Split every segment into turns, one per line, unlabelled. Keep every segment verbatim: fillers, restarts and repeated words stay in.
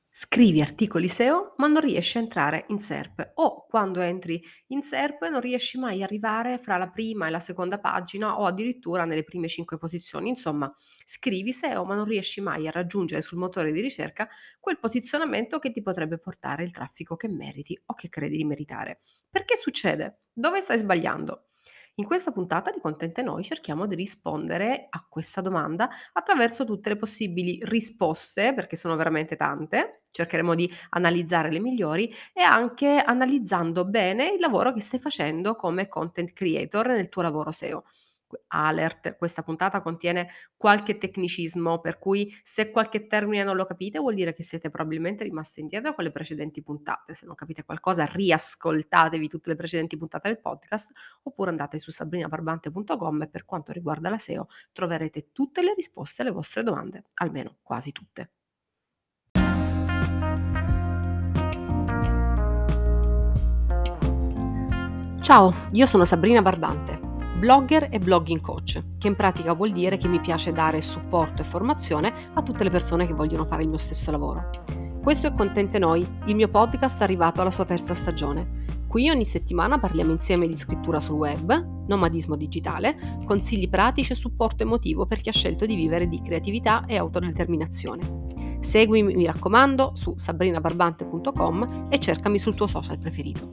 Scrivi articoli S E O, ma non riesci a entrare in S E R P o quando entri in S E R P non riesci mai a arrivare fra la prima e la seconda pagina o addirittura nelle prime cinque posizioni. Insomma, scrivi S E O, ma non riesci mai a raggiungere sul motore di ricerca quel posizionamento che ti potrebbe portare il traffico che meriti o che credi di meritare. Perché succede? Dove stai sbagliando? In questa puntata di Contente Noi cerchiamo di rispondere a questa domanda attraverso tutte le possibili risposte, perché sono veramente tante. Cercheremo di analizzare le migliori e anche analizzando bene il lavoro che stai facendo come content creator nel tuo lavoro S E O. Que- Alert, questa puntata contiene qualche tecnicismo, per cui se qualche termine non lo capite vuol dire che siete probabilmente rimasti indietro con le precedenti puntate. Se non capite qualcosa, riascoltatevi tutte le precedenti puntate del podcast oppure andate su sabrina barbante punto com e per quanto riguarda la S E O troverete tutte le risposte alle vostre domande, almeno quasi tutte. Ciao, io sono Sabrina Barbante, blogger e blogging coach, che in pratica vuol dire che mi piace dare supporto e formazione a tutte le persone che vogliono fare il mio stesso lavoro. Questo è Contente Noi, il mio podcast arrivato alla sua terza stagione. Qui ogni settimana parliamo insieme di scrittura sul web, nomadismo digitale, consigli pratici e supporto emotivo per chi ha scelto di vivere di creatività e autodeterminazione. Seguimi, mi raccomando, su sabrina barbante punto com e cercami sul tuo social preferito.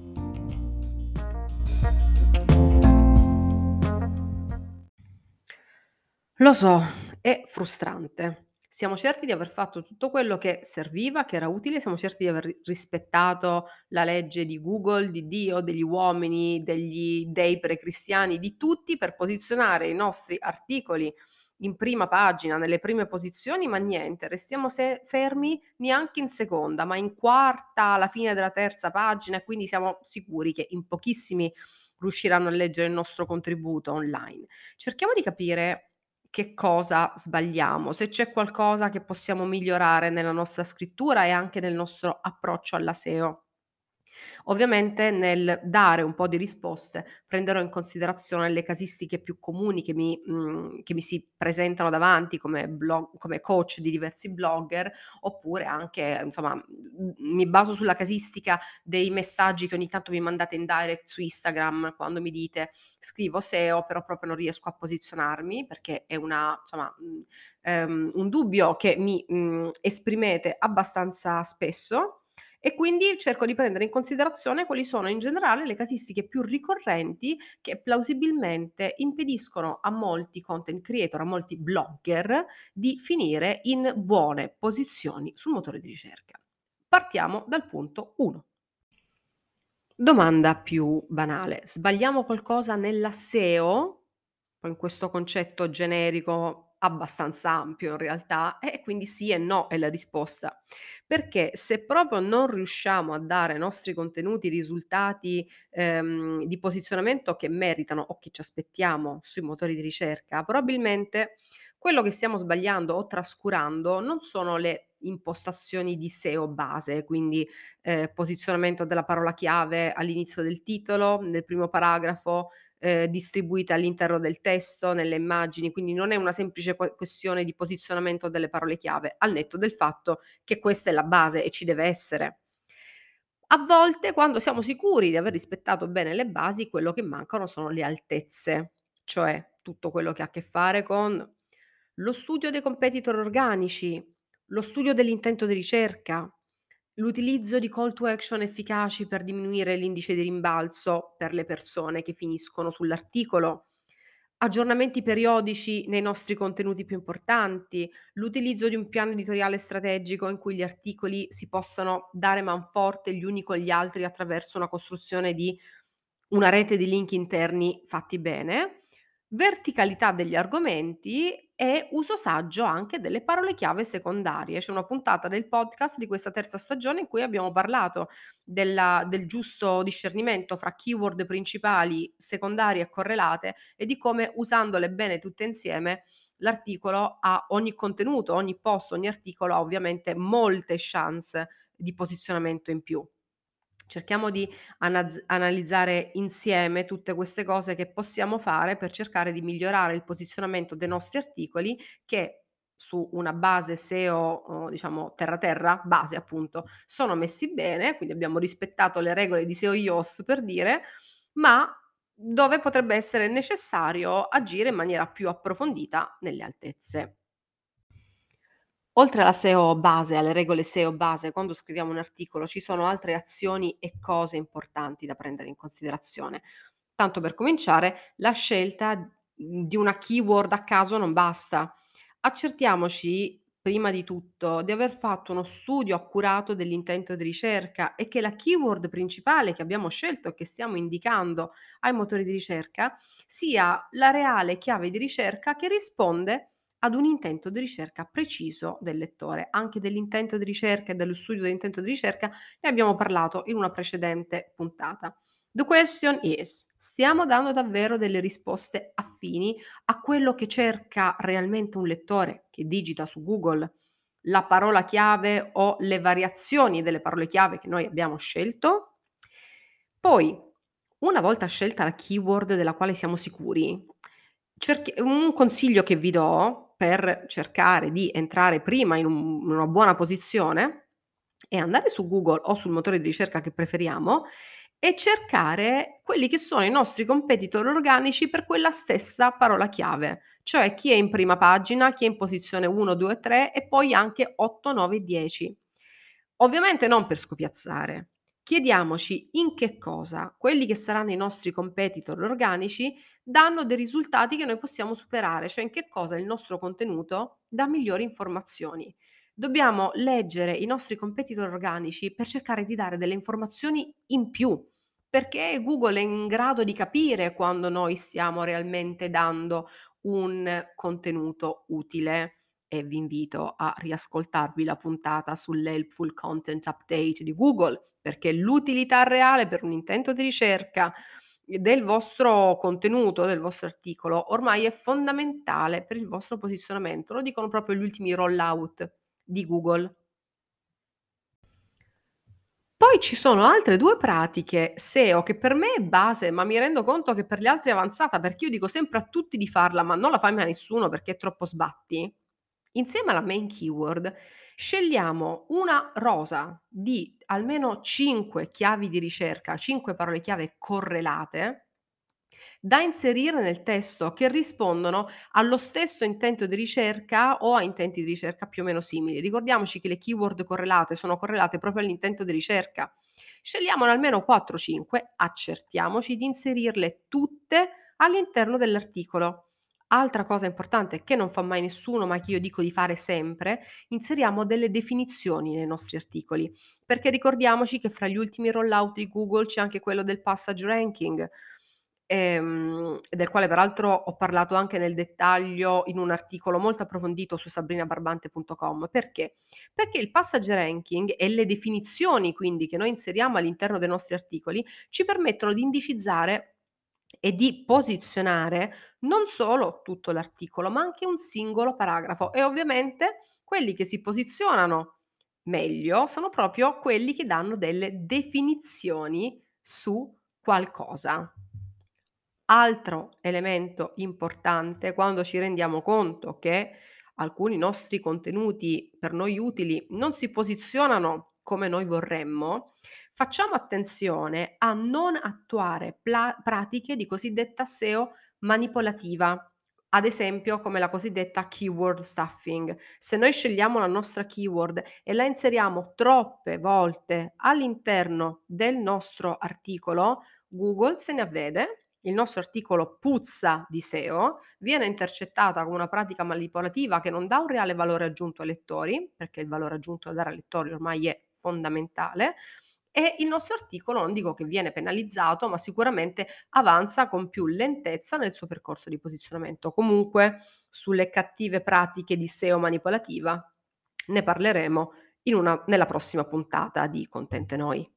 Lo so, è frustrante. Siamo certi di aver fatto tutto quello che serviva, che era utile, siamo certi di aver ri rispettato la legge di Google, di Dio, degli uomini, degli dei precristiani, di tutti per posizionare i nostri articoli in prima pagina, nelle prime posizioni, ma niente, restiamo se fermi neanche in seconda, ma in quarta, alla fine della terza pagina e quindi siamo sicuri che in pochissimi riusciranno a leggere il nostro contributo online. Cerchiamo di capire che cosa sbagliamo, se c'è qualcosa che possiamo migliorare nella nostra scrittura e anche nel nostro approccio alla S E O. Ovviamente nel dare un po' di risposte prenderò in considerazione le casistiche più comuni che mi mhmm, che mi si presentano davanti come blog come coach di diversi blogger, oppure anche insomma, mhmm, mi baso sulla casistica dei messaggi che ogni tanto mi mandate in direct su Instagram quando mi dite: "Scrivo S E O però proprio non riesco a posizionarmi", perché è una insomma, mhmm, ehm, un dubbio che mi, mhmm, esprimete abbastanza spesso e quindi cerco di prendere in considerazione quali sono in generale le casistiche più ricorrenti che plausibilmente impediscono a molti content creator, a molti blogger di finire in buone posizioni sul motore di ricerca. Partiamo dal punto uno. Domanda più banale: sbagliamo qualcosa nella S E O? Poi in questo concetto generico abbastanza ampio in realtà, e quindi sì e no è la risposta. Perché se proprio non riusciamo a dare ai nostri contenuti i risultati, ehm, di posizionamento che meritano o che ci aspettiamo sui motori di ricerca, probabilmente quello che stiamo sbagliando o trascurando non sono le impostazioni di S E O base, quindi ehm, posizionamento della parola chiave all'inizio del titolo, nel primo paragrafo, ehm, distribuite all'interno del testo, nelle immagini, quindi non è una semplice que questione di posizionamento delle parole chiave, al netto del fatto che questa è la base e ci deve essere. A volte quando siamo sicuri di aver rispettato bene le basi, quello che mancano sono le altezze, cioè tutto quello che ha a che fare con lo studio dei competitor organici, lo studio dell'intento di ricerca, l'utilizzo di call to action efficaci per diminuire l'indice di rimbalzo per le persone che finiscono sull'articolo, aggiornamenti periodici nei nostri contenuti più importanti, l'utilizzo di un piano editoriale strategico in cui gli articoli si possano dare manforte gli uni con gli altri attraverso una costruzione di una rete di link interni fatti bene, verticalità degli argomenti e uso saggio anche delle parole chiave secondarie. C'è una puntata del podcast di questa terza stagione in cui abbiamo parlato della del giusto discernimento fra keyword principali, secondarie e correlate e di come usandole bene tutte insieme l'articolo ha ogni contenuto, ogni post, ogni articolo ha ovviamente molte chance di posizionamento in più. Cerchiamo di anaz analizzare insieme tutte queste cose che possiamo fare per cercare di migliorare il posizionamento dei nostri articoli che su una base S E O, uhm, diciamo terra terra, base appunto, sono messi bene, quindi abbiamo rispettato le regole di S E O Yoast per dire, ma dove potrebbe essere necessario agire in maniera più approfondita nelle altezze. Oltre alla S E O base, alle regole S E O base, quando scriviamo un articolo ci sono altre azioni e cose importanti da prendere in considerazione. Tanto per cominciare, la scelta, mhmm, di una keyword a caso non basta. Accertiamoci, prima di tutto, di aver fatto uno studio accurato dell'intento di ricerca e che la keyword principale che abbiamo scelto e che stiamo indicando ai motori di ricerca sia la reale chiave di ricerca che risponde ad un intento di ricerca preciso del lettore. Anche dell'intento di ricerca e dello studio dell'intento di ricerca ne abbiamo parlato in una precedente puntata. The question is: stiamo dando davvero delle risposte affini a quello che cerca realmente un lettore che digita su Google la parola chiave o le variazioni delle parole chiave che noi abbiamo scelto? Poi, una volta scelta la keyword della quale siamo sicuri, cerchi un consiglio che vi do per cercare di entrare prima in un in una buona posizione è andare su Google o sul motore di ricerca che preferiamo e cercare quelli che sono i nostri competitor organici per quella stessa parola chiave, cioè chi è in prima pagina, chi è in posizione uno, due, tre e poi anche otto, nove, dieci. Ovviamente non per scopiazzare. Chiediamoci in che cosa quelli che saranno i nostri competitor organici danno dei risultati che noi possiamo superare, cioè in che cosa il nostro contenuto dà migliori informazioni. Dobbiamo leggere i nostri competitor organici per cercare di dare delle informazioni in più, perché Google è in grado di capire quando noi stiamo realmente dando un contenuto utile e vi invito a riascoltarvi la puntata sull'Helpful Content Update di Google, perché l'utilità reale per un intento di ricerca del vostro contenuto, del vostro articolo, ormai è fondamentale per il vostro posizionamento. Lo dicono proprio gli ultimi rollout di Google. Poi ci sono altre due pratiche S E O che per me è base, ma mi rendo conto che per gli altri è avanzata, perché io dico sempre a tutti di farla, ma non la fai mai a nessuno perché è troppo sbatti. Insieme alla main keyword scegliamo una rosa di almeno cinque chiavi di ricerca, cinque parole chiave correlate da inserire nel testo che rispondono allo stesso intento di ricerca o a intenti di ricerca più o meno simili. Ricordiamoci che le keyword correlate sono correlate proprio all'intento di ricerca. Scegliamone almeno quattro cinque, accertiamoci di inserirle tutte all'interno dell'articolo. Altra cosa importante che non fa mai nessuno, ma che io dico di fare sempre, inseriamo delle definizioni nei nostri articoli, perché ricordiamoci che fra gli ultimi rollout di Google c'è anche quello del passage ranking, ehm, del quale peraltro ho parlato anche nel dettaglio in un articolo molto approfondito su sabrinabarbante punto com. Perché? Perché il passage ranking e le definizioni quindi che noi inseriamo all'interno dei nostri articoli ci permettono di indicizzare e di posizionare non solo tutto l'articolo, ma anche un singolo paragrafo e ovviamente quelli che si posizionano meglio sono proprio quelli che danno delle definizioni su qualcosa. Altro elemento importante quando ci rendiamo conto che alcuni nostri contenuti per noi utili non si posizionano come noi vorremmo, facciamo attenzione a non attuare pla- pratiche di cosiddetta S E O manipolativa. Ad esempio, come la cosiddetta keyword stuffing. Se noi scegliamo la nostra keyword e la inseriamo troppe volte all'interno del nostro articolo, Google se ne avvede, il nostro articolo puzza di S E O, viene intercettata come una pratica manipolativa che non dà un reale valore aggiunto ai lettori, perché il valore aggiunto da dare ai lettori ormai è fondamentale, e il nostro articolo non dico che viene penalizzato, ma sicuramente avanza con più lentezza nel suo percorso di posizionamento. Comunque, sulle cattive pratiche di S E O manipolativa ne parleremo in una nella prossima puntata di Contente Noi.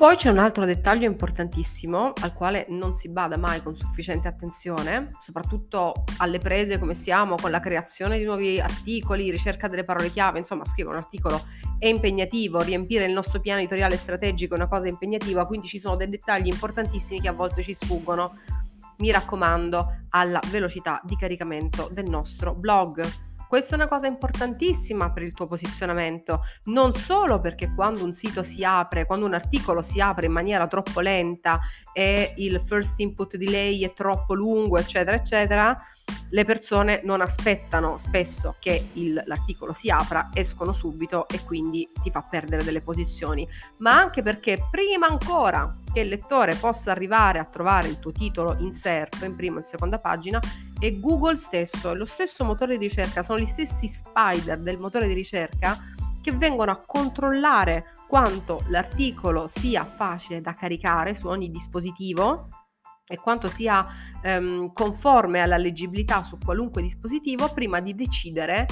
Poi c'è un altro dettaglio importantissimo al quale non si bada mai con sufficiente attenzione, soprattutto alle prese come siamo con la creazione di nuovi articoli, ricerca delle parole chiave, insomma scrivere un articolo è impegnativo, riempire il nostro piano editoriale strategico è una cosa impegnativa, quindi ci sono dei dettagli importantissimi che a volte ci sfuggono. Mi raccomando, alla velocità di caricamento del nostro blog. Questa è una cosa importantissima per il tuo posizionamento, non solo perché quando un sito si apre, quando un articolo si apre in maniera troppo lenta e il first input delay è troppo lungo, eccetera, eccetera, le persone non aspettano spesso che il, l'articolo si apra, escono subito e quindi ti fa perdere delle posizioni, ma anche perché prima ancora che il lettore possa arrivare a trovare il tuo titolo inserto in prima o in seconda pagina, è Google stesso, è lo stesso motore di ricerca, sono gli stessi spider del motore di ricerca che vengono a controllare quanto l'articolo sia facile da caricare su ogni dispositivo e quanto sia ehm, conforme alla leggibilità su qualunque dispositivo prima di decidere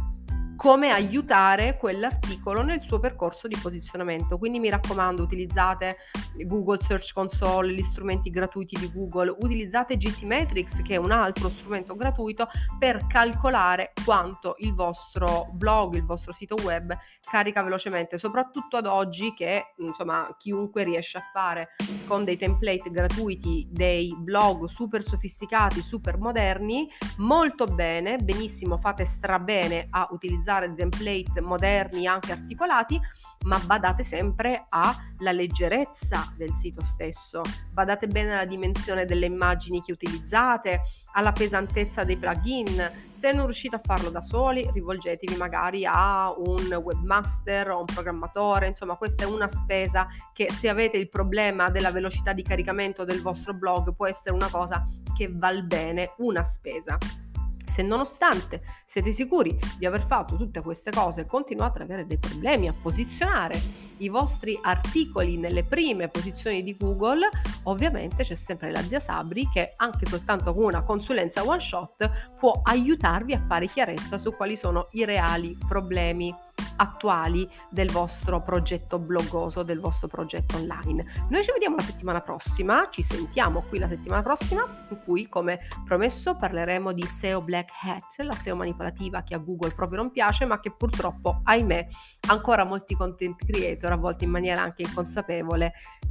come aiutare quell'articolo nel suo percorso di posizionamento. Quindi mi raccomando, utilizzate Google Search Console, gli strumenti gratuiti di Google, utilizzate GTmetrix che è un altro strumento gratuito per calcolare quanto il vostro blog, il vostro sito web carica velocemente, soprattutto ad oggi che insomma chiunque riesce a fare con dei template gratuiti dei blog super sofisticati, super moderni, molto bene, benissimo, fate strabene a utilizzare template moderni anche articolati, ma badate sempre alla leggerezza del sito stesso, badate bene alla dimensione delle immagini che utilizzate, alla pesantezza dei plugin. Se non riuscite a farlo da soli, rivolgetevi magari a un webmaster o un programmatore, insomma questa è una spesa che, se avete il problema della velocità di caricamento del vostro blog, può essere una cosa che val bene una spesa. Se nonostante siete sicuri di aver fatto tutte queste cose e continuate ad avere dei problemi a posizionare i vostri articoli nelle prime posizioni di Google, ovviamente c'è sempre la zia Sabri che anche soltanto con una consulenza one shot può aiutarvi a fare chiarezza su quali sono i reali problemi attuali del vostro progetto bloggoso, del vostro progetto online. Noi ci vediamo la settimana prossima, ci sentiamo qui la settimana prossima, in cui, come promesso, parleremo di S E O Black Hat, la S E O manipolativa che a Google proprio non piace, ma che purtroppo, ahimè, ancora molti content creator, a volte in maniera anche inconsapevole,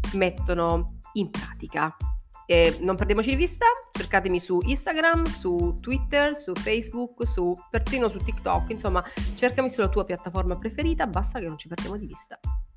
mettono in pratica. E non perdiamoci di vista, cercatemi su Instagram, su Twitter, su Facebook, su, persino su TikTok, insomma cercami sulla tua piattaforma preferita, basta che non ci perdiamo di vista.